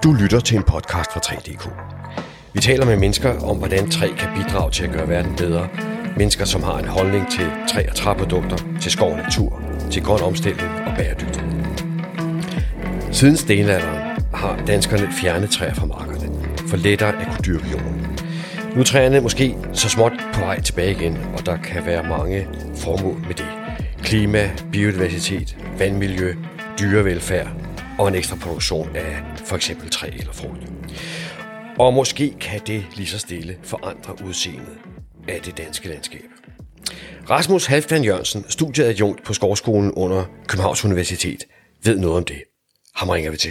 Du lytter til en podcast fra 3DK. Vi taler med mennesker om, hvordan træ kan bidrage til at gøre verden bedre. Mennesker, som har en holdning til træ- og træprodukter, til skov og natur, til grøn omstilling og bæredygtighed. Siden stenalderen har danskerne fjernet træer fra markerne, for lettere at kunne dyrke jorden. Nu er træerne måske så småt på vej tilbage igen, og der kan være mange formål med det. Klima, biodiversitet, vandmiljø, dyrevelfærd og en ekstra produktion af for eksempel træ eller frugt. Og måske kan det lige så stille forandre udseendet af det danske landskab. Rasmus Halfdan Jørgensen, studieadjunkt på Skovskolen under Københavns Universitet, ved noget om det. Ham ringer vi til.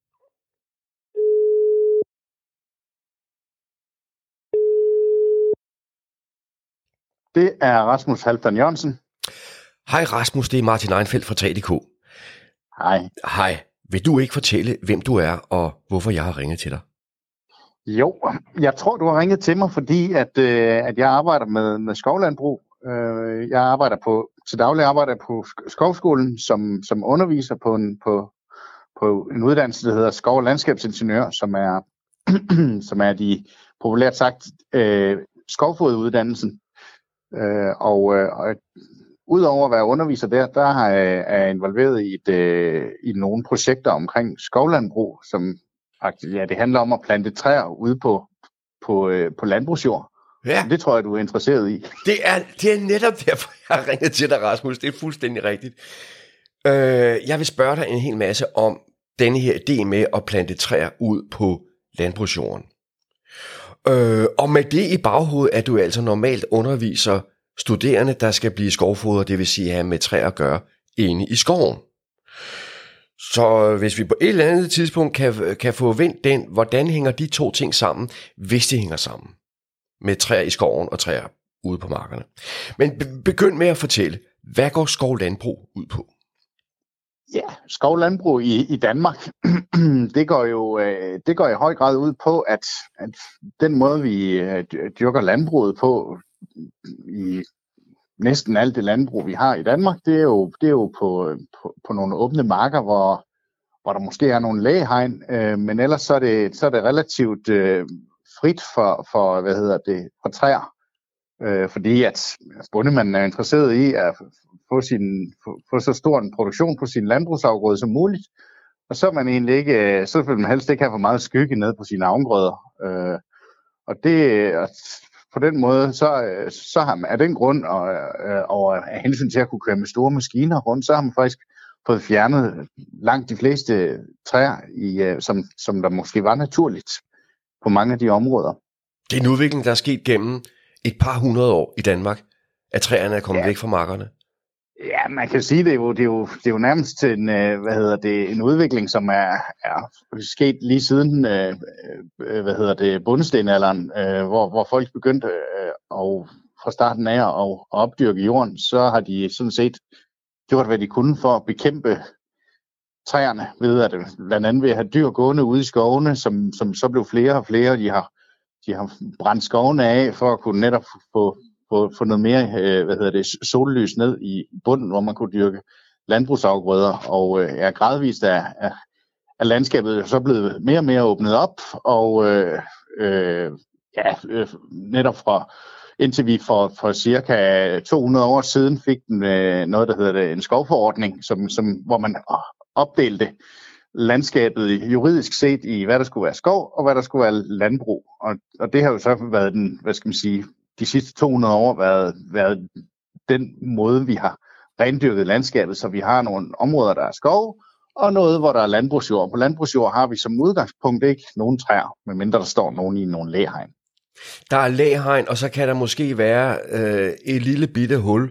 Det er Rasmus Halfdan Jørgensen. Hej Rasmus, det er Martin Einfeldt fra 3DK. Hej. Hej. Vil du ikke fortælle, hvem du er og hvorfor jeg har ringet til dig? Jo, jeg tror, du har ringet til mig, fordi at jeg arbejder med skovlandbrug. Jeg arbejder til daglig arbejder på Skovskolen som underviser på en uddannelse, der hedder Skov- og Landskabsingeniør, som er de populært sagt skovfoderuddannelsen. Og udover at være underviser der er jeg involveret i nogle projekter omkring skovlandbrug, som faktisk, det handler om at plante træer ude på landbrugsjord. Ja. Det tror jeg, du er interesseret i. Det er netop derfor, jeg har ringet til dig, Rasmus. Det er fuldstændig rigtigt. Jeg vil spørge dig en hel masse om denne her idé med at plante træer ud på landbrugsjorden. Og med det i baghovedet, at du altså normalt underviser studerende, der skal blive skovfoder, det vil sige have med træer at gøre, inde i skoven. Så hvis vi på et eller andet tidspunkt kan få vendt den, hvordan hænger de to ting sammen, hvis de hænger sammen, med træer i skoven og træer ude på markerne. Men begynd med at fortælle, hvad går skovlandbrug ud på? Ja, skovlandbrug i Danmark, det går i høj grad ud på, at den måde, vi dyrker landbruget på, i næsten alt det landbrug, vi har i Danmark, det er jo på nogle åbne marker, hvor der måske er nogle læhegn, men ellers så er det relativt frit for træer, fordi at bondemanden er interesseret i at få så stor en produktion på sin landbrugsafgrøde som muligt, og så er man egentlig ikke, så vil man helst ikke have for meget skygge ned på sine afgrøder, og det på den måde, så har man af den grund og af hensyn til at kunne køre med store maskiner rundt, så har man faktisk fået fjernet langt de fleste træer, som der måske var naturligt på mange af de områder. Det er en udvikling, der er sket gennem et par hundrede år i Danmark, at træerne er kommet væk fra markerne. Ja, man kan sige, det er jo nærmest en udvikling, som er sket lige siden bondestenalderen, hvor folk begyndte fra starten af at opdyrke jorden, så har de sådan set gjort, hvad de kunne for at bekæmpe træerne, blandt andet ved at have dyr gående ude i skovene, som så blev flere og flere. De har brændt skovene af for at kunne netop få noget mere sollys ned i bunden, hvor man kunne dyrke landbrugsafgrøder, og gradvist er landskabet så blevet mere og mere åbnet op, og netop indtil vi for cirka 200 år siden fik noget, der hedder en skovforordning, hvor man opdelte landskabet juridisk set i, hvad der skulle være skov, og hvad der skulle være landbrug. Og det har jo så været de sidste 200 år været den måde, vi har rendyrket landskabet, så vi har nogle områder, der er skov, og noget, hvor der er landbrugsjord. På landbrugsjord har vi som udgangspunkt ikke nogen træer, medmindre der står nogen i nogle læhegn. Der er læhegn, og så kan der måske være et lille bitte hul,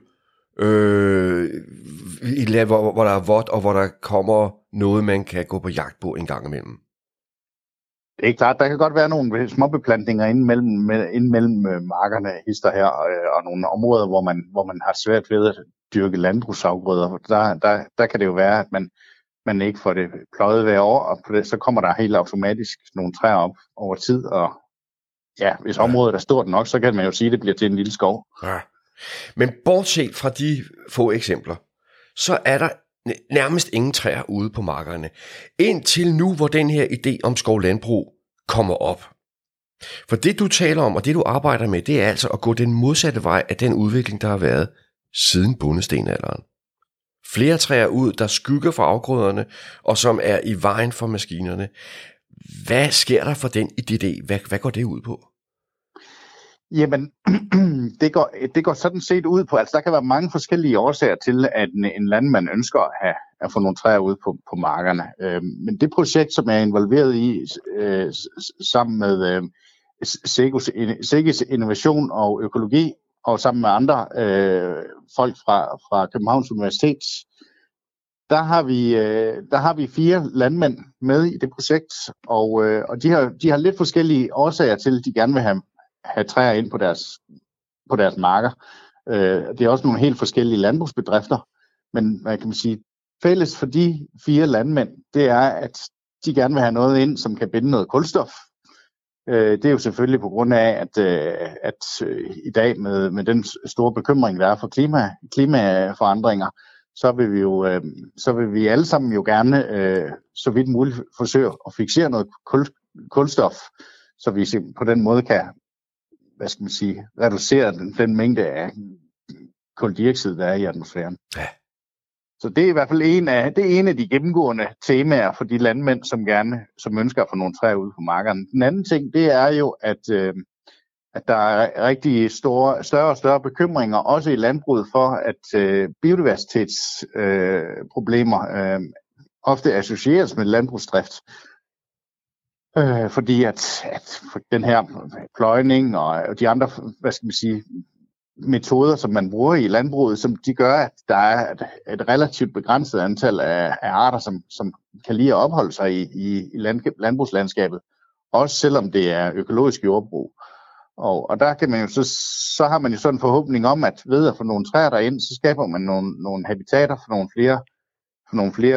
hvor der er vådt, og hvor der kommer noget, man kan gå på jagt på en gang imellem. Det er klart, der kan godt være nogle småbeplantninger inden mellem markerne, hister her, og nogle områder, hvor man har svært ved at dyrke landbrugsafgrøder. Der kan det jo være, at man ikke får det pløjet hver år, og på det, så kommer der helt automatisk nogle træer op over tid, og hvis området er stort nok, så kan man jo sige, at det bliver til en lille skov. Ja. Men bortset fra de få eksempler, så er der nærmest ingen træer ude på markerne. Indtil nu, hvor den her idé om skovlandbrug kommer op. For det, du taler om, og det, du arbejder med, det er altså at gå den modsatte vej af den udvikling, der har været siden bondestenalderen. Flere træer ud, der skygger for afgrøderne, og som er i vejen for maskinerne. Hvad sker der for den idé? Hvad går det ud på? Jamen, det går sådan set ud på, altså der kan være mange forskellige årsager til, at en landmand ønsker at få nogle træer ud på markerne. Men det projekt, som jeg er involveret i sammen med SEGES Innovation og Økologi, og sammen med andre folk fra Københavns Universitet, der har vi 4 landmænd med i det projekt, og de har lidt forskellige årsager til, at de gerne vil have træer ind på deres marker. Det er også nogle helt forskellige landbrugsbedrifter, men hvad kan man sige, fælles for de 4 landmænd, det er, at de gerne vil have noget ind, som kan binde noget kulstof. Det er jo selvfølgelig på grund af, at i dag med den store bekymring, der er for klimaforandringer, så vil vi alle sammen jo gerne så vidt muligt forsøge at fiksere noget kulstof, så vi på den måde kan, hvad skal man sige, reducere den mængde af kuldioxid, der er i atmosfæren. Ja. Så det er i hvert fald en af de gennemgående temaer for de landmænd, som ønsker at få nogle træer ud på markerne. Den anden ting, det er jo, at der er rigtig større og større bekymringer, også i landbruget, for at biodiversitetsproblemer ofte associeres med landbrugsdrift. Fordi at den her pløjning og de andre, hvad skal man sige, metoder, som man bruger i landbruget, som de gør, at der er et relativt begrænset antal af arter, som kan lide at opholde sig i landbrugslandskabet, også selvom det er økologisk jordbrug. Og der kan man jo så har man jo sådan en forhåbning om, at ved at få nogle træer derind, så skaber man nogle habitater for nogle flere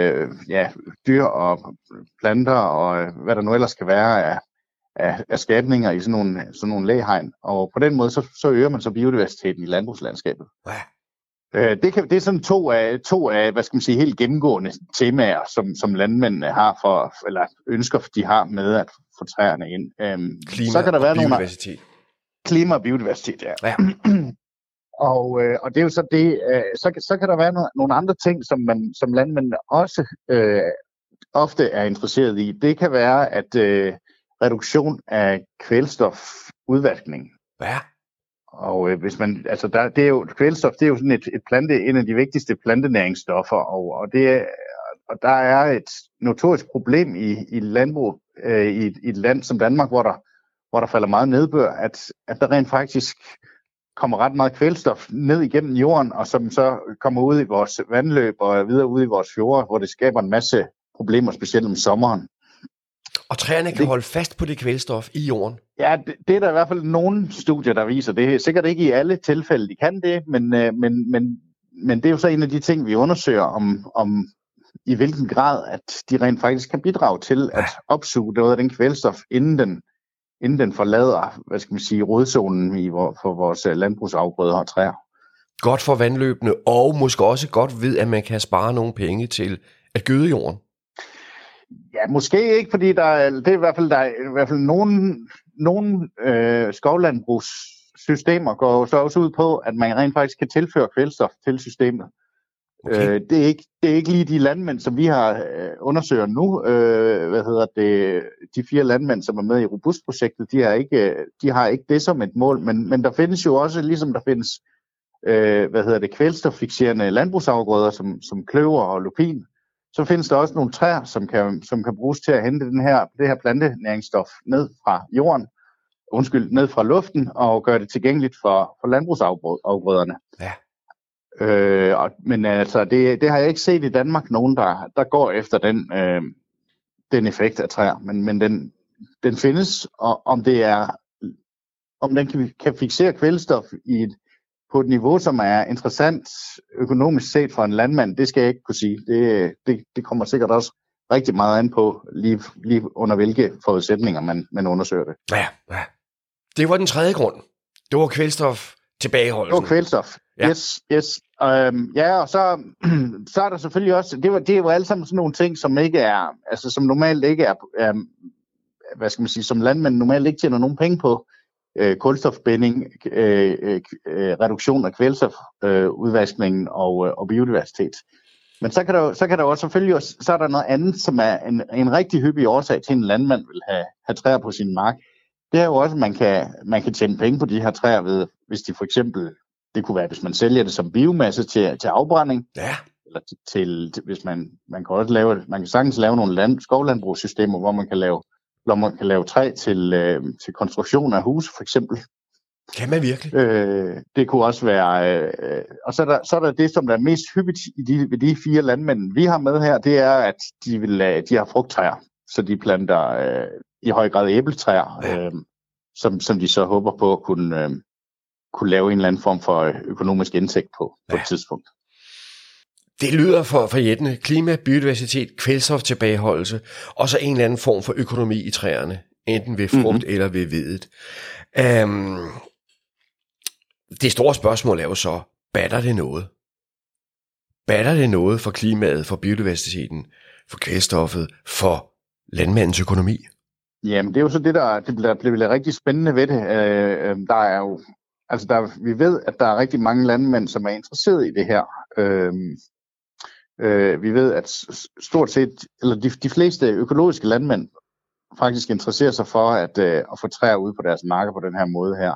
dyr og planter og hvad der nu ellers kan være af skabninger i sådan nogle læhegn. Og på den måde, så øger man så biodiversiteten i landbrugslandskabet. Det er sådan to af, hvad skal man sige, helt gennemgående temaer, som landmændene har eller ønsker, de har med at få træerne ind. Klima så kan der være biodiversitet. Klima og biodiversitet, ja. Og det er jo så det, så kan der være nogle andre ting, som landmændene også ofte er interesseret i. Det kan være, at reduktion af kvælstofudvaskning. Ja. Og hvis man, altså det er jo kvælstof, det er jo sådan en af de vigtigste plantenæringsstoffer, og der er et notorisk problem i landbrug i et land som Danmark, hvor der falder meget nedbør, at der rent faktisk kommer ret meget kvælstof ned igennem jorden, og som så kommer ud i vores vandløb og videre ud i vores fjorde, hvor det skaber en masse problemer, specielt om sommeren. Og træerne kan holde fast på det kvælstof i jorden? Ja, det er der i hvert fald nogle studier, der viser. Det er sikkert ikke i alle tilfælde, de kan det, men det er jo så en af de ting, vi undersøger, om i hvilken grad, at de rent faktisk kan bidrage til at opsuge noget af den kvælstof, inden den forlader, hvad skal man sige, rodzonen for vores landbrugsafgrøder og træer. Godt for vandløbene, og måske også godt ved, at man kan spare nogle penge til at gøde jorden. Ja, måske ikke, fordi der er i hvert fald nogle skovlandbrugssystemer går så også ud på, at man rent faktisk kan tilføre kvælstof til systemet. Okay. Det er ikke lige de landmænd, som vi har undersøger nu. De 4 landmænd, som er med i Robust-projektet, de har ikke det som et mål, men der findes jo også, ligesom der findes kvælstoffikserende landbrugsafgrøder, som kløver og lupin, så findes der også nogle træer, som kan bruges til at hente det her plantenæringsstof ned fra luften og gøre det tilgængeligt for landbrugsafgrøderne. Ja. Men altså, det har jeg ikke set i Danmark, nogen der går efter den effekt af træer, men den findes, og om den kan fiksere kvælstof på et niveau, som er interessant økonomisk set for en landmand, det skal jeg ikke kunne sige. Det kommer sikkert også rigtig meget an på, lige under hvilke forudsætninger man undersøger det. Ja. Det var den tredje grund. Det var kvælstof tilbageholdelsen. Det var kvælstof, ja. Yes. Ja, og så er der selvfølgelig også, det er jo alle sammen sådan nogle ting, som ikke er, altså som normalt ikke er hvad skal man sige, som landmænd normalt ikke tjener nogen penge på. Kulstofbinding, reduktion af kvælstofudvaskningen og biodiversitet. Men så kan der også selvfølgelig også, så er der noget andet, som er en rigtig hyppig årsag til, en landmand vil have træer på sin mark. Det er jo også, at man kan tjene penge på de her træer ved, hvis de for eksempel, det kunne være, hvis man sælger det som biomasse til afbrænding. Ja. Eller hvis man kan også man kan sagtens lave nogle skovlandbrugssystemer, hvor man kan lave træ til konstruktion af huse, for eksempel. Kan man virkelig? Det kunne også være... og så er der det, som der er mest hyppigt ved de 4 landmænd, vi har med her, det er, at de har frugttræer. Så de planter i høj grad æbletræer, som de så håber på at kunne lave en eller anden form for økonomisk indtægt på et tidspunkt. Det lyder for jættende: klima, biodiversitet, kvælstoftilbageholdelse, og så en eller anden form for økonomi i træerne, enten ved frugt eller ved vedet. Det store spørgsmål er jo så, batter det noget? Batter det noget for klimaet, for biodiversiteten, for kvælstoffet, for landmandens økonomi? Jamen, det er jo så det bliver rigtig spændende ved det. Der er jo, altså vi ved, at der er rigtig mange landmænd, som er interesseret i det her. Vi ved, at stort set, eller de fleste økologiske landmænd faktisk interesserer sig for at få træer ud på deres marker på den her måde her.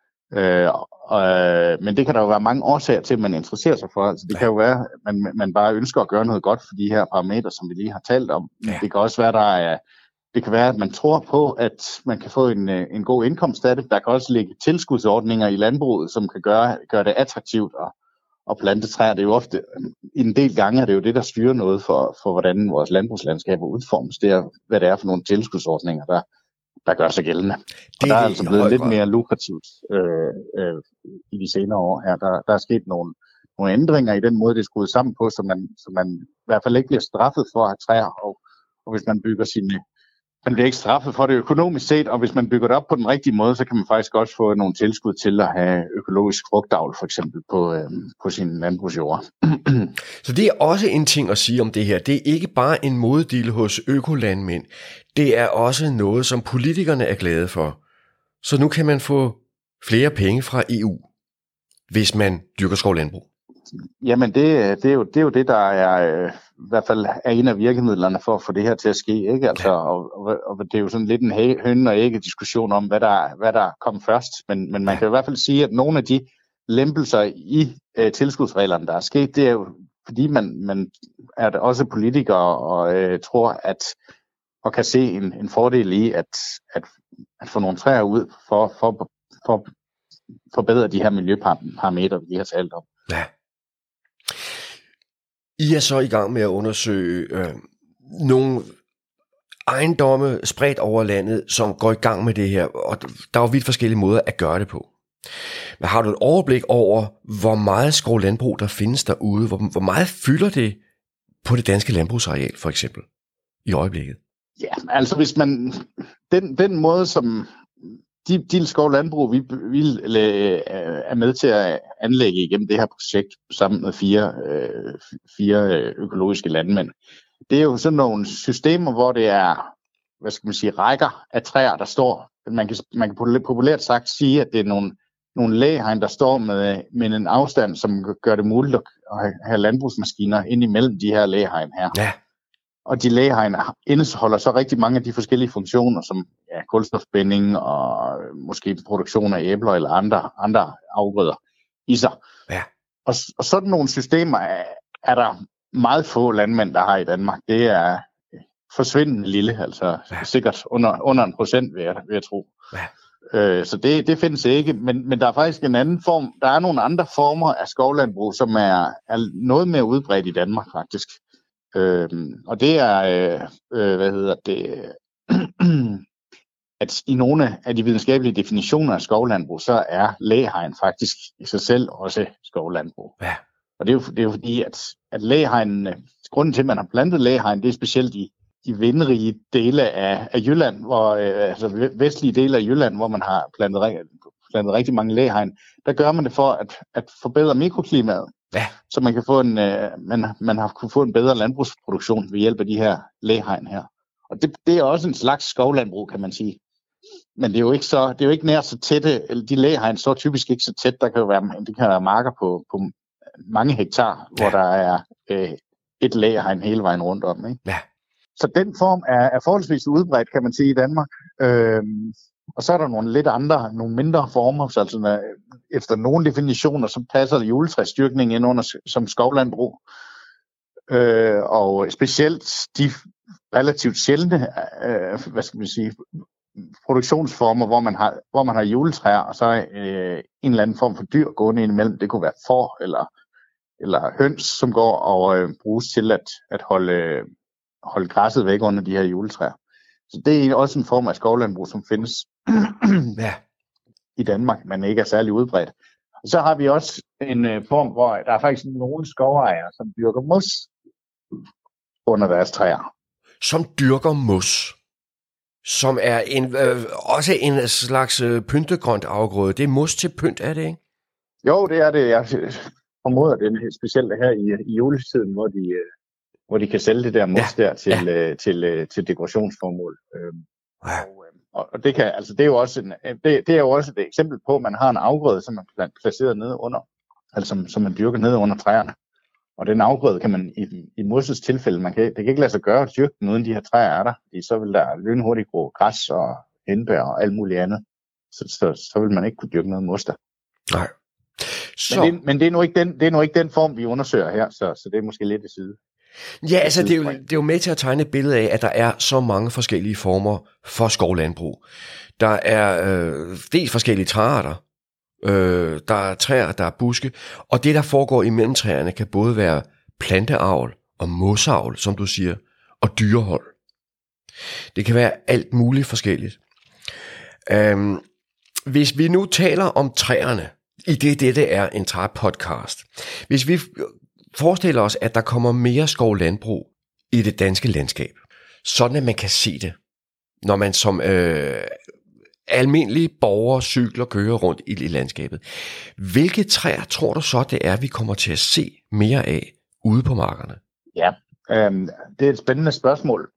Men det kan der jo være mange årsager til, at man interesserer sig for. Altså, det kan jo være, at man bare ønsker at gøre noget godt for de her parametre, som vi lige har talt om. Ja. Det kan også være, det kan være, at man tror på, at man kan få en god indkomst af det. Der kan også ligge tilskudsordninger i landbruget, som kan gøre det attraktivt at plante træer. Det er jo ofte, i en del gange er det jo det, der styrer noget for hvordan vores landbrugslandskaber udformes. Det er, hvad det er for nogle tilskudsordninger, der gør sig gældende. Og der er altså blevet lidt mere lukrativt i de senere år her. Der er sket nogle ændringer i den måde, det er skruet sammen på, så man i hvert fald ikke bliver straffet for at have træer. Og hvis man bygger man bliver ikke straffet for det økonomisk set, og hvis man bygger det op på den rigtige måde, så kan man faktisk også få nogle tilskud til at have økologisk frugtavl, for eksempel på sine landbrugsjord. Så det er også en ting at sige om det her. Det er ikke bare en modedil hos økolandmænd. Det er også noget, som politikerne er glade for. Så nu kan man få flere penge fra EU, hvis man dyrker skovlandbrug. Jamen det er jo det, der er i hvert fald er en af virkemidlerne for at få det her til at ske, ikke? Altså, og det er jo sådan lidt en høne og ægge diskussion om, hvad der kom først. Men man kan i hvert fald sige, at nogle af de lempelser i tilskudsreglerne, der er sket, det er jo fordi man er også politikere og tror, og kan se en fordel i at få nogle træer ud for at forbedre de her miljøparametre, vi lige har talt om. Ja. I er så i gang med at undersøge nogle ejendomme spredt over landet, som går i gang med det her, og der er jo vidt forskellige måder at gøre det på. Men har du et overblik over, hvor meget skovlandbrug der findes derude? Hvor meget fylder det på det danske landbrugsareal, for eksempel, i øjeblikket? Ja, altså hvis man... Den måde, som de skovlandbrug, vi er med til at anlægge igennem det her projekt, sammen med fire økologiske landmænd, det er jo sådan nogle systemer, hvor det er, hvad skal man sige, rækker af træer, der står. Man kan populært sagt sige, at det er nogle læhegn, der står med en afstand, som gør det muligt at have landbrugsmaskiner ind imellem de her læhegn her. Ja. Og de læhegn indeholder så rigtig mange af de forskellige funktioner, som kulstofbinding og måske produktion af æbler eller andre afgrøder i sig. Ja. Og sådan nogle systemer er der meget få landmænd, der har i Danmark. Det er forsvindende lille, altså sikkert under 1%, vil jeg tro. Ja. Så det findes ikke, men der er faktisk en anden form. Der er nogle andre former af skovlandbrug, som er noget mere udbredt i Danmark faktisk. Og det er, at i nogle af de videnskabelige definitioner af skovlandbrug, så er læhegn faktisk i sig selv også skovlandbrug. Ja. Og det er jo fordi, at læhegnene, grunden til, at man har plantet læhegn, det er specielt i de vindrige dele af Jylland, altså vestlige dele af Jylland, hvor man har plantet rigtig mange læhegn. Der gør man det for at forbedre mikroklimaet Ja. Så man kan få man har kunnet få en bedre landbrugsproduktion ved hjælp af de her læhegn her. Og det er også en slags skovlandbrug, kan man sige. Men det er jo ikke nær så tætte, eller de læhegn står typisk ikke så tæt. Det kan være marker på mange hektar, hvor der er et læhegn hele vejen rundt om. Ikke? Ja. Så den form er forholdsvis udbredt, kan man sige, i Danmark. Og så er der nogle mindre former, så altså efter nogle definitioner, så passer juletræsdyrkning ind under som skovlandbrug. Og specielt de relativt sjældne, produktionsformer, hvor man har juletræer, og så en eller anden form for dyr gående indimellem. Det kunne være får eller høns, som går og bruges til at holde græsset væk under de her juletræer. Så det er også en form af skovlandbrug, som findes i Danmark, men ikke er særlig udbredt. Og så har vi også en form, hvor der er faktisk nogle skovejere, som dyrker mos under deres træer. Som dyrker mos, som er også en slags pyntegrønt afgrøde. Det er mos til pynt, er det ikke? Jo, det er det. Jeg formoder det specielt her i juletiden, hvor de kan sælge det der mos til dekorationsformål. Og det kan, altså det er jo også et eksempel på, at man har en afgrøde, som er placeret nede under, altså som man dyrker nede under træerne. Og den afgrøde kan man i mosses tilfælde, det kan ikke lade sig gøre at dyrke den uden de her træer er der, fordi så vil der lynhurtigt gro græs og hindbær og alt muligt andet. Så vil man ikke kunne dyrke noget mos der. Nej. Men det er nu ikke den form, vi undersøger her, så det er måske lidt i side. Ja, altså det er jo med til at tegne et billede af, at der er så mange forskellige former for skovlandbrug. Der er dels forskellige træarter, der er træer, der er buske, og det der foregår imellem træerne kan både være planteavl og mosavl, som du siger, og dyrehold. Det kan være alt muligt forskelligt. Hvis vi nu taler om træerne, i dette er en træpodcast. Hvis vi forestiller os, at der kommer mere skovlandbrug i det danske landskab, sådan at man kan se det, når man som almindelige borgere cykler og kører rundt i landskabet. Hvilke træer tror du så, det er, vi kommer til at se mere af ude på markerne? Ja, det er et spændende spørgsmål.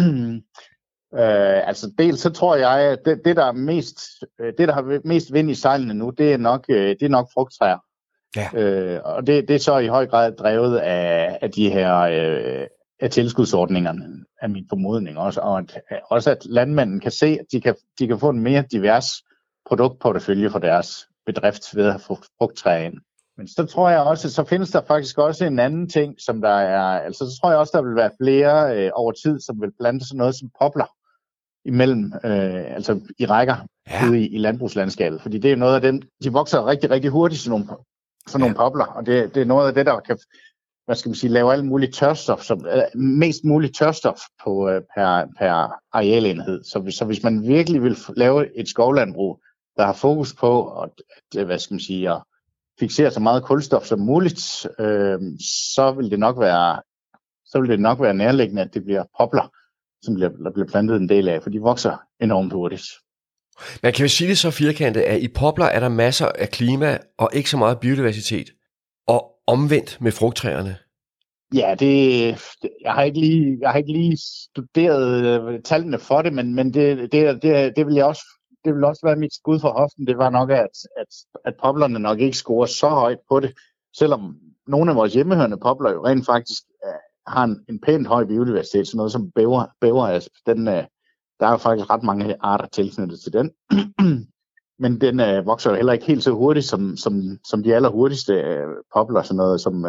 Altså dels så tror jeg, at det der har mest vind i sejlene nu, det er nok frugttræer. Ja. Og det er så i høj grad drevet af de her af tilskudsordningerne, af min formodning også, og også at landmanden kan se, at de kan få en mere divers produktportefølje for deres bedrift ved at få frugttræer ind. Men så tror jeg også, så findes der faktisk også en anden ting, som der er, altså så tror jeg også, der vil være flere over tid, som vil plante sådan noget som popler imellem, altså i rækker ude i landbrugslandskabet, fordi det er noget af dem, de vokser rigtig, rigtig hurtigt, sådan nogle popler, og det er noget af det, der kan, lave alt muligt tørstof, mest muligt tørstof på per arealenhed. Så hvis man virkelig vil lave et skovlandbrug, der har fokus på at fiksere så meget kulstof som muligt, så vil det nok være nærliggende, at det bliver popler, som der bliver plantet en del af, for de vokser enormt hurtigt. Man kan jo sige det så firkantet, at i popler er der masser af klima og ikke så meget biodiversitet, og omvendt med frugttræerne. Ja, jeg har ikke lige studeret tallene for det, men det vil også være mit skud for hoften. Det var nok, at poplerne nok ikke scorer så højt på det, selvom nogle af vores hjemmehørende popler jo rent faktisk har en pænt høj biodiversitet, sådan noget som bæverasp. Der er jo faktisk ret mange arter tilknyttet til den. Men den vokser jo heller ikke helt så hurtigt som de allerhurtigste popler, sådan noget som,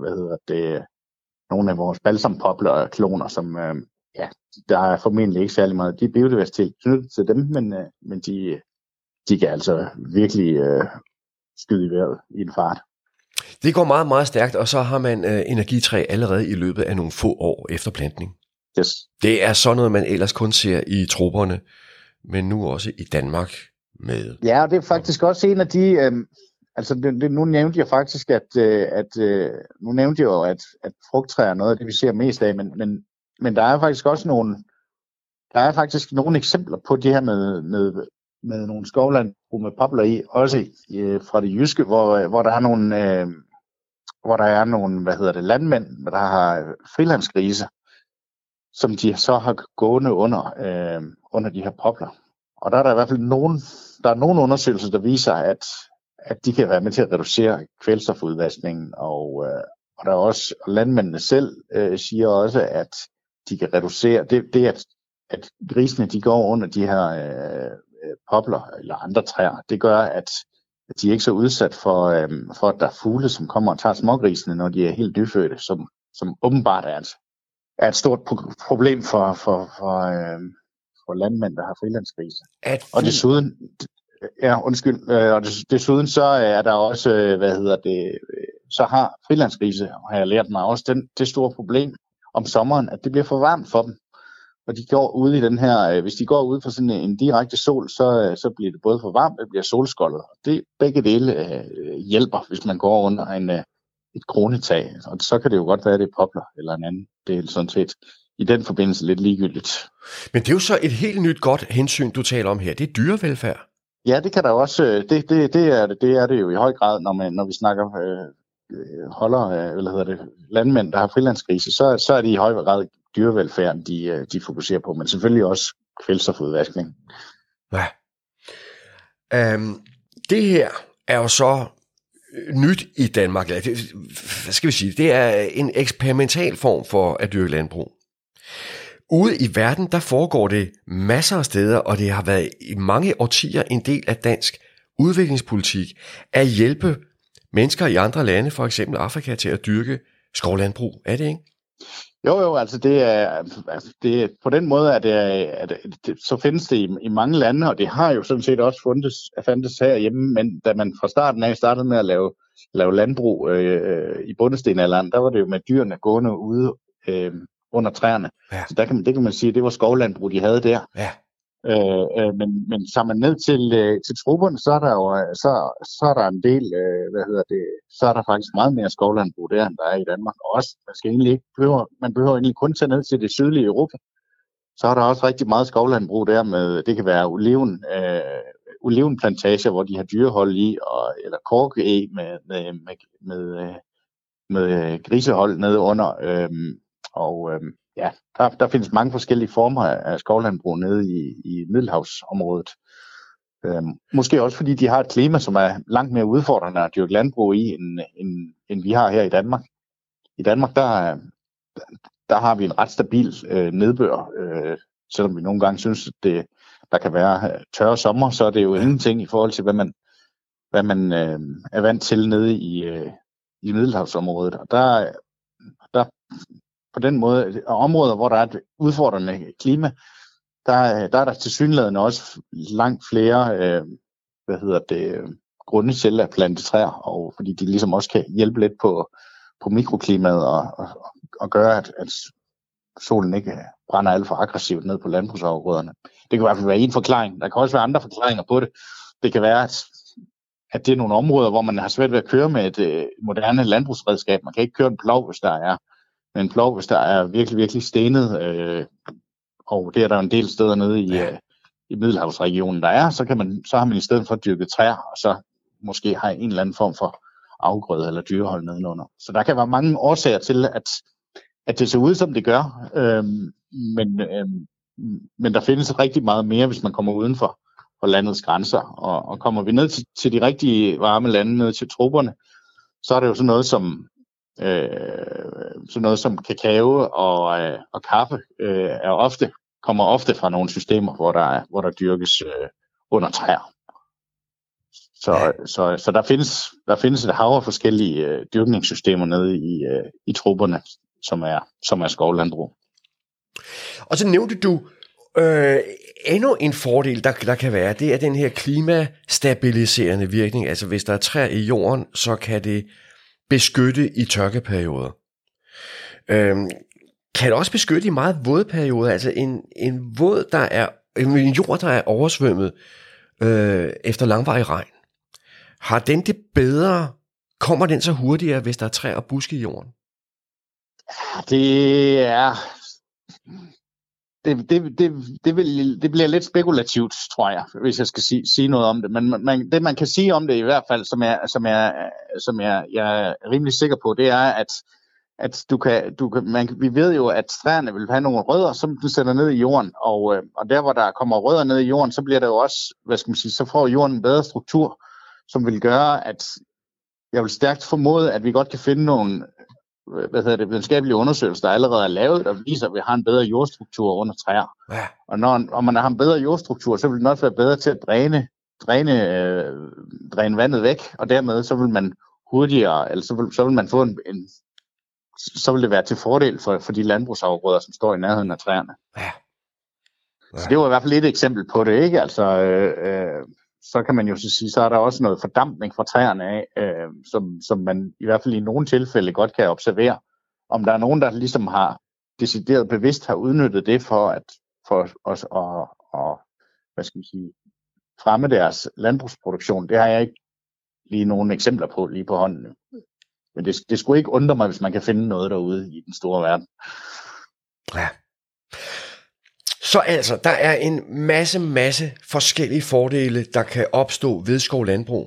nogle af vores balsampopler-kloner, som, der er formentlig ikke særlig meget. De er biodiversitet knyttet til dem, men de kan altså virkelig skyde i vejret i en fart. Det går meget, meget stærkt, og så har man energitræ allerede i løbet af nogle få år efter plantning. Yes. Det er sådan noget, man ellers kun ser i troperne, men nu også i Danmark med. Ja, og det er faktisk også en af de, nu nævnte jeg faktisk, at frugttræer er noget af det, vi ser mest af, men der er faktisk også nogle eksempler på det her med nogle skovlandbrug med popler i, også fra det jyske, hvor der er hvor der er nogle, landmænd, der har frilandsgrise, som de så har gående under de her popler. Og der er der i hvert fald nogle undersøgelser, der viser, at de kan være med til at reducere kvælstofudvaskningen, og der er også landmændene selv siger også, at de kan reducere det at grisene de går under de her popler eller andre træer. Det gør, at de er ikke så udsat for at der er fugle, som kommer og tager smågrisene, når de er helt nyfødte, som åbenbart er et stort problem for landmænd, der har frilandsgrise. Og desuden, desuden så er der også, så har frilandsgrise, har jeg lært mig også, det store problem om sommeren, at det bliver for varmt for dem. Og de går ude i den her, hvis de går ud for sådan en direkte sol, så bliver det både for varmt, og det bliver solskoldet. Og begge dele hjælper, hvis man går under et kronetag. Og så kan det jo godt være, at det er popler eller en anden del, sådan set i den forbindelse lidt ligegyldigt. Men det er jo så et helt nyt godt hensyn, du taler om her. Det er dyrevelfærd. Ja, det kan der også. Det er det jo i høj grad, når vi snakker landmænd, der har frilandsgrise, så er det i høj grad dyrevelfærden, de fokuserer på, men selvfølgelig også kvælstofudvaskning. Ja. Det her er jo så nyt i Danmark. Hvad skal vi sige? Det er en eksperimental form for at dyrke landbrug. Ude i verden, der foregår det masser af steder, og det har været i mange årtier en del af dansk udviklingspolitik at hjælpe mennesker i andre lande, for eksempel Afrika, til at dyrke skovlandbrug. Er det ikke? Jo, altså det er på den måde, så findes det i mange lande, og det har jo sådan set også fandtes herhjemme, men da man fra starten af startede med at lave landbrug i bundestenalderen, der var det jo med dyrene gående ude under træerne. Ja. Så det kan man sige, det var skovlandbrug, de havde der. Ja. Men så man ned til trupperne, så er der en del, så er der faktisk meget mere skovlandbrug der, end der er i Danmark. Og også, man behøver egentlig kun tage ned til det sydlige Europa. Så er der også rigtig meget skovlandbrug der med, det kan være olivenplantager, hvor de har dyrehold i, eller korkeg med grisehold nede under. Der findes mange forskellige former af skovlandbrug nede i Middelhavsområdet. Måske også fordi de har et klima, som er langt mere udfordrende at dyrke landbrug i, end vi har her i Danmark. I Danmark, der har vi en ret stabil nedbør. Selvom vi nogle gange synes, at der kan være tørre sommer, så er det jo ingenting i forhold til, hvad man er vant til nede i Middelhavsområdet. Og der på den måde, områder, hvor der er et udfordrende klima, der er der tilsyneladende også langt flere grunde til at plante træer, og fordi de ligesom også kan hjælpe lidt på mikroklimaet og gøre, at solen ikke brænder alt for aggressivt ned på landbrugsafgrøderne. Det kan i hvert fald være en forklaring. Der kan også være andre forklaringer på det. Det kan være, at det er nogle områder, hvor man har svært ved at køre med et moderne landbrugsredskab. Man kan ikke køre en plov, hvis der er virkelig, virkelig stenet, og det er der en del steder nede i Middelhavsregionen, der er, så har man i stedet for dyrket træer, og så måske har en eller anden form for afgrøde eller dyrehold nedenunder. Så der kan være mange årsager til, at det ser ud, som det gør, men der findes rigtig meget mere, hvis man kommer uden for landets grænser, og kommer vi ned til de rigtige varme lande, ned til trupperne, så er det jo sådan noget som kakao og kaffe kommer ofte fra nogle systemer, hvor der dyrkes under træer. Så der findes et hav af forskellige dyrkningssystemer nede i trupperne, som er skovlandbrug. Og så nævnte du endnu en fordel, der kan være, det er den her klimastabiliserende virkning. Altså hvis der er træer i jorden, så kan det beskytte i tørkeperioder. Kan det også beskytte i meget våde perioder, altså en jord, der er oversvømmet efter langvarig regn. Har den det bedre? Kommer den så hurtigere, hvis der er træer og buske i jorden? Det det bliver lidt spekulativt, tror jeg, hvis jeg skal sige noget om det. Men det man kan sige om det i hvert fald, som jeg er rimelig sikker på, det er, at vi ved jo, at træerne vil have nogle rødder, som du sætter ned i jorden, og der hvor der kommer rødder ned i jorden, så bliver der jo også, så får jorden en bedre struktur, som vil gøre, at jeg vil stærkt formode, at vi godt kan finde nogle videnskabelige undersøgelser, der allerede er lavet, der viser, at vi har en bedre jordstruktur under træer. Ja. Og når man har en bedre jordstruktur, så vil det også være bedre til at dræne vandet væk, og dermed så vil man hurtigere, eller så vil man få så vil det være til fordel for de landbrugsafgrøder, som står i nærheden af træerne. Ja. Ja. Så det var i hvert fald et eksempel på det, ikke? Altså, så kan man jo så sige, så er der også noget fordampning fra træerne af, som man i hvert fald i nogle tilfælde godt kan observere. Om der er nogen, der ligesom har decideret bevidst har udnyttet det for os at hvad skal man sige, fremme deres landbrugsproduktion, det har jeg ikke lige nogen eksempler på lige på hånden. Men det skulle ikke undre mig, hvis man kan finde noget derude i den store verden. Ja. Så altså, der er en masse forskellige fordele, der kan opstå ved skovlandbrug.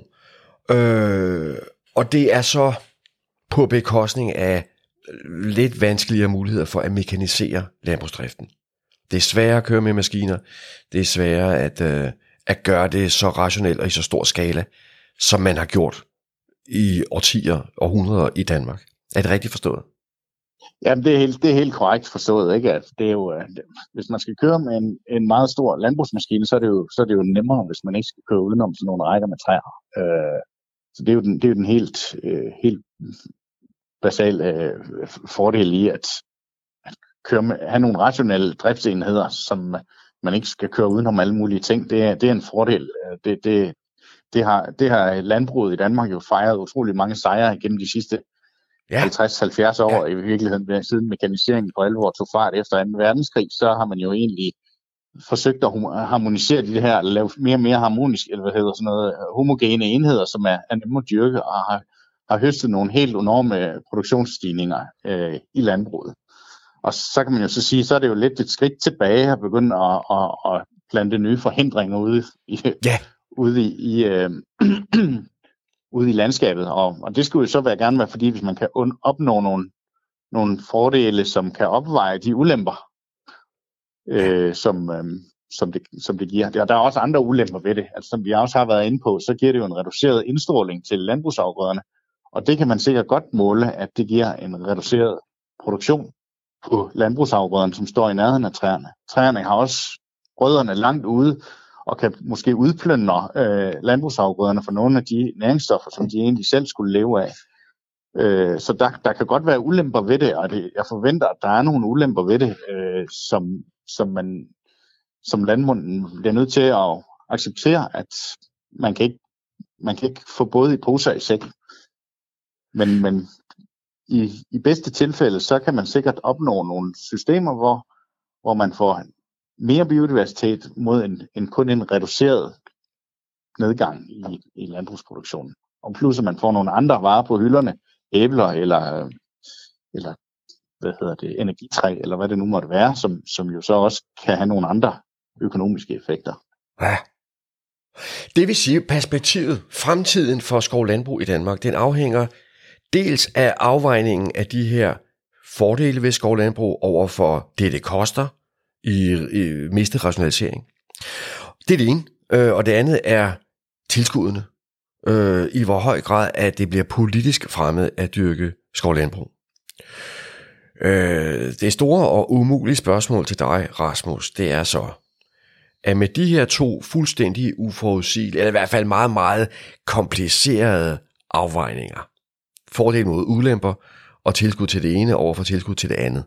Og det er så på bekostning af lidt vanskeligere muligheder for at mekanisere landbrugsdriften. Det er sværere at køre med maskiner. Det er sværere at gøre det så rationelt og i så stor skala, som man har gjort i årtier, århundreder i Danmark. Er det rigtigt forstået? Jamen, det er helt korrekt forstået, ikke? At det er jo, hvis man skal køre med en meget stor landbrugsmaskine, så er det jo nemmere, hvis man ikke skal køre udenom sådan nogle rækker med træer. Så det er jo den helt basale fordel i at have nogle rationelle driftsenheder, som man ikke skal køre udenom alle mulige ting. Det er en fordel. Det har landbruget i Danmark jo fejret utrolig mange sejre gennem de sidste 50-70 år. I virkeligheden, siden mekaniseringen på alvor tog fart efter 2. verdenskrig, så har man jo egentlig forsøgt at harmonisere de her, lave mere og mere harmonisk, eller sådan noget, homogene enheder, som er nemme at dyrke, og har høstet nogle helt enorme produktionsstigninger i landbruget. Og så kan man jo så sige, så er det jo lidt et skridt tilbage at begynde at plante nye forhindringer ude i landskabet, og det skulle jo så gerne være, fordi hvis man kan opnå nogle fordele, som kan opveje de ulemper, som det giver. Der er også andre ulemper ved det. Altså, som vi også har været inde på, så giver det jo en reduceret indstråling til landbrugsafgrøderne, og det kan man sikkert godt måle, at det giver en reduceret produktion på landbrugsafgrøderne, som står i nærheden af træerne. Træerne har også rødderne langt ude, og kan måske udplyndre landbrugsafgrøderne for nogle af de næringsstoffer, som de egentlig selv skulle leve af. Så der kan godt være ulemper ved det, og jeg forventer, at der er nogle ulemper ved det, som man som landmand bliver nødt til at acceptere, at man kan ikke få både i poser i sæk. Men i bedste tilfælde, så kan man sikkert opnå nogle systemer, hvor man får mere biodiversitet mod kun en reduceret nedgang i landbrugsproduktionen. Og plus at man får nogle andre varer på hylderne, æbler eller energitræ, eller hvad det nu måtte være, som jo så også kan have nogle andre økonomiske effekter. Ja. Det vil sige, perspektivet, fremtiden for skovlandbrug i Danmark, den afhænger dels af afvejningen af de her fordele ved skovlandbrug over for det koster i mistet rationalisering. Det er det ene. Og det andet er tilskuddene. I hvor høj grad at det bliver politisk fremmet at dyrke skovlandbrug. Det store og umulige spørgsmål til dig, Rasmus, det er så, at med de her to fuldstændig uforudsigelige, eller i hvert fald meget, meget komplicerede afvejninger, fordel mod ulemper og tilskud til det ene over for tilskud til det andet.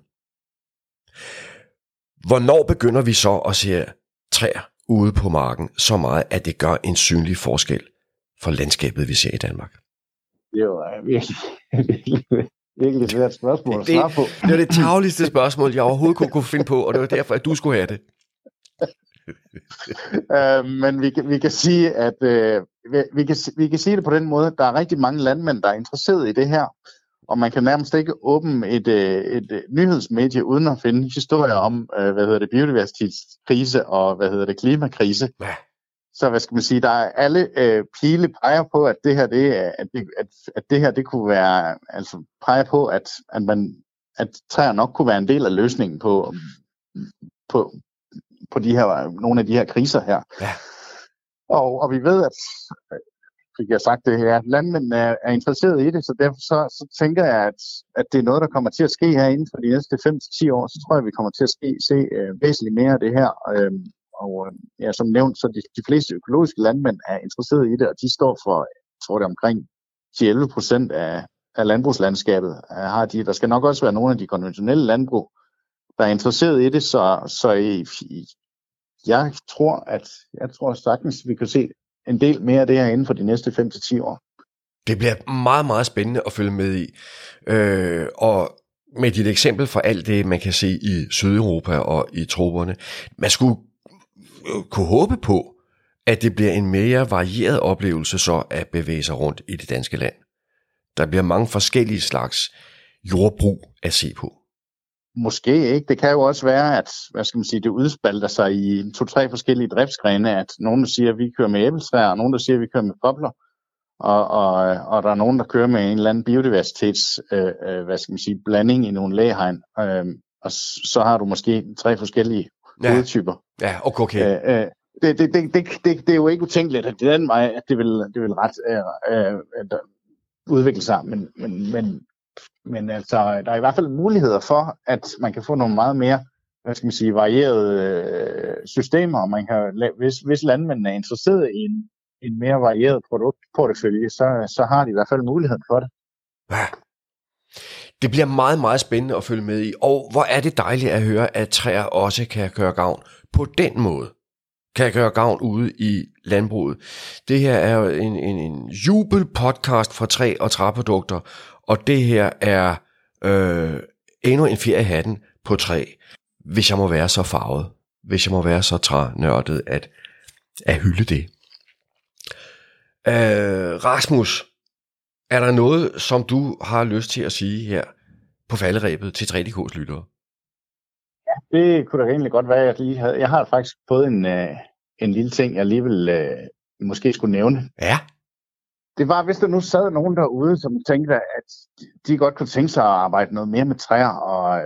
Hvornår begynder vi så at se træer ude på marken så meget, at det gør en synlig forskel for landskabet, vi ser i Danmark? Det er jo virkelig et svært spørgsmål at svare på. Det var det tarveligste spørgsmål, jeg overhovedet kunne finde på, og det var derfor, at du skulle have det. Men vi kan sige, at vi kan sige det på den måde, at der er rigtig mange landmænd, der er interesseret i det her, og man kan nærmest ikke åbne et nyhedsmedie uden at finde historier om, biodiversitetskrise og, klimakrise. Ja. Så hvad skal man sige, der er alle pile peger på, at det her, det kunne være, altså peger på, at træer nok kunne være en del af løsningen på nogle af de her kriser her. Ja. Og vi ved, at fik jeg sagt det her, landmænd er interesseret i det, så derfor så tænker jeg, at det er noget, der kommer til at ske her inden for de næste 5-10 år, så tror jeg, vi kommer til at se væsentligt mere af det her. Som nævnt, så de fleste økologiske landmænd er interesseret i det, og de står for, jeg tror det er omkring 10-11% af landbrugslandskabet. Der skal nok også være nogle af de konventionelle landbrug, der er interesseret i det, så jeg tror sagtens, vi kan se en del mere af det her inden for de næste 5-10 år. Det bliver meget, meget spændende at følge med i. Og med dit eksempel for alt det, man kan se i Sydeuropa og i troperne, man skulle kunne håbe på, at det bliver en mere varieret oplevelse så at bevæge sig rundt i det danske land. Der bliver mange forskellige slags jordbrug at se på. Måske ikke. Det kan jo også være, at det udspalter sig i 2-3 forskellige driftsgrene, at nogen siger, at vi kører med æbletræer, og nogen der siger, at vi kører med bobler, og der er nogen, der kører med en eller anden biodiversitets, blanding i nogle læhegn, og så har du måske 3 forskellige hovedtyper. Ja, okay. Det er jo ikke utænkeligt, at det er den vej, at det vil ret udvikle sig, men altså, der er i hvert fald muligheder for, at man kan få nogle meget mere, varierede systemer, og man kan, hvis landmændene er interesseret i en mere varieret produktportefølje, så har de i hvert fald muligheden for det. Ja. Det bliver meget, meget spændende at følge med i, og hvor er det dejligt at høre, at træer også kan gøre gavn på den måde. Kan gøre gavn ude i landbruget. Det her er jo en jubelpodcast for træ og træprodukter, og det her er endnu en fjer i hatten på træ, hvis jeg må være så farvet, hvis jeg må være så trænørdet at hylde det. Rasmus, er der noget, som du har lyst til at sige her på falderebet til 3DK's lyttere? Ja, det kunne da egentlig godt være, at jeg lige havde. Jeg har faktisk fået en lille ting, jeg lige vil måske skulle nævne. Ja. Det var, hvis der nu sad nogen derude, som tænkte, at de godt kunne tænke sig at arbejde noget mere med træer, og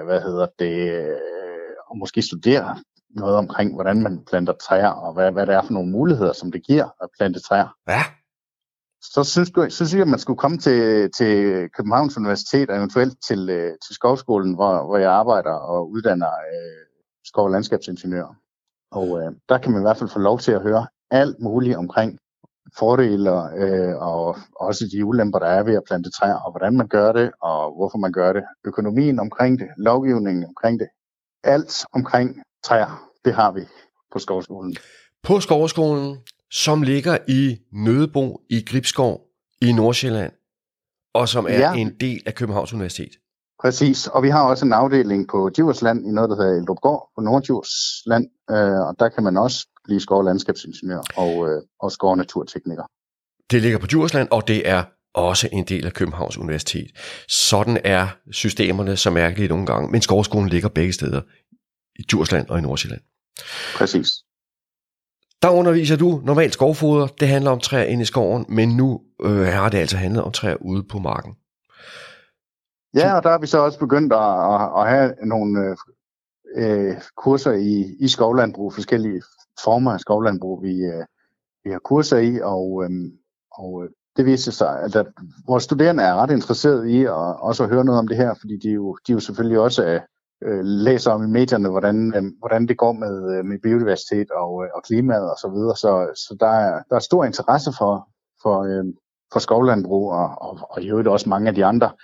og måske studere noget omkring, hvordan man planter træer, og hvad det er for nogle muligheder, som det giver at plante træer. Ja. Så synes jeg, at man skulle komme til Københavns Universitet, og eventuelt til Skovskolen, hvor jeg arbejder og uddanner skov- og landskabsingeniører. Og der kan man i hvert fald få lov til at høre alt muligt omkring fordele og også de ulemper, der er ved at plante træer, og hvordan man gør det, og hvorfor man gør det. Økonomien omkring det, lovgivningen omkring det. Alt omkring træer, det har vi på Skovskolen. På Skovskolen, som ligger i Nødebo i Gribskov i Nordsjælland, og som er en del af Københavns Universitet. Præcis, og vi har også en afdeling på Djursland i noget, der hedder Eldrupgård på Norddjursland, og der kan man også blive skov- og landskabsingeniør og skov- og naturtekniker. Det ligger på Djursland, og det er også en del af Københavns Universitet. Sådan er systemerne så mærkelige nogle gange, men Skovskolen ligger begge steder, i Djursland og i Nordsjælland. Præcis. Der underviser du normalt skovfoder. Det handler om træer inde i skoven, men nu har det altså handlet om træer ude på marken. Ja, og der har vi så også begyndt at have nogle kurser i skovlandbrug, forskellige former af skovlandbrug, vi har kurser i, og det viser sig, at vores studerende er ret interesserede i at også høre noget om det her, fordi de jo selvfølgelig også læser om i medierne, hvordan det går med biodiversitet og klimaet og så videre. Så der er stor interesse for skovlandbrug og i øvrigt også mange af de andre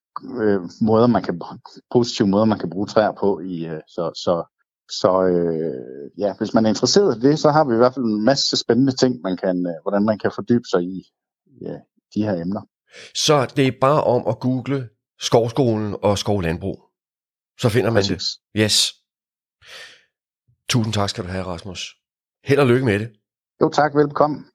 positive måder, man kan bruge træer på. Hvis man er interesseret i det, så har vi i hvert fald en masse spændende ting, hvordan man kan fordybe sig i de her emner. Så det er bare om at google Skovskolen og skovlandbrug. Så finder man det. Yes. Tusind tak skal du have, Rasmus. Held og lykke med det. Jo tak, velkommen.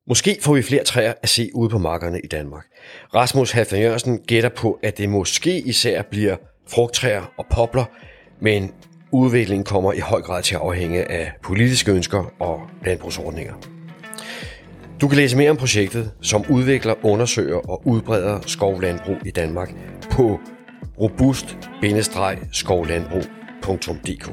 Måske får vi flere træer at se ude på markerne i Danmark. Rasmus Halfdan Jørgensen gætter på, at det måske især bliver frugttræer og popler, men udviklingen kommer i høj grad til at afhænge af politiske ønsker og landbrugsordninger. Du kan læse mere om projektet, som udvikler, undersøger og udbreder skovlandbrug i Danmark på robust-skovlandbrug.dk.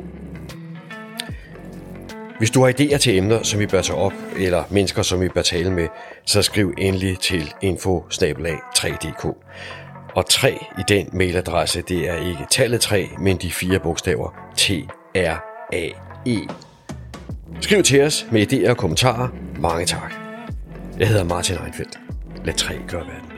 Hvis du har idéer til emner, som vi bør tage op, eller mennesker, som vi bør tale med, så skriv endelig til info@3dk. Og 3 i den mailadresse, det er ikke tallet 3, men de 4 bogstaver TRAE. Skriv til os med idéer og kommentarer. Mange tak. Jeg hedder Martin Reinfeldt. Lad 3 gøre verden.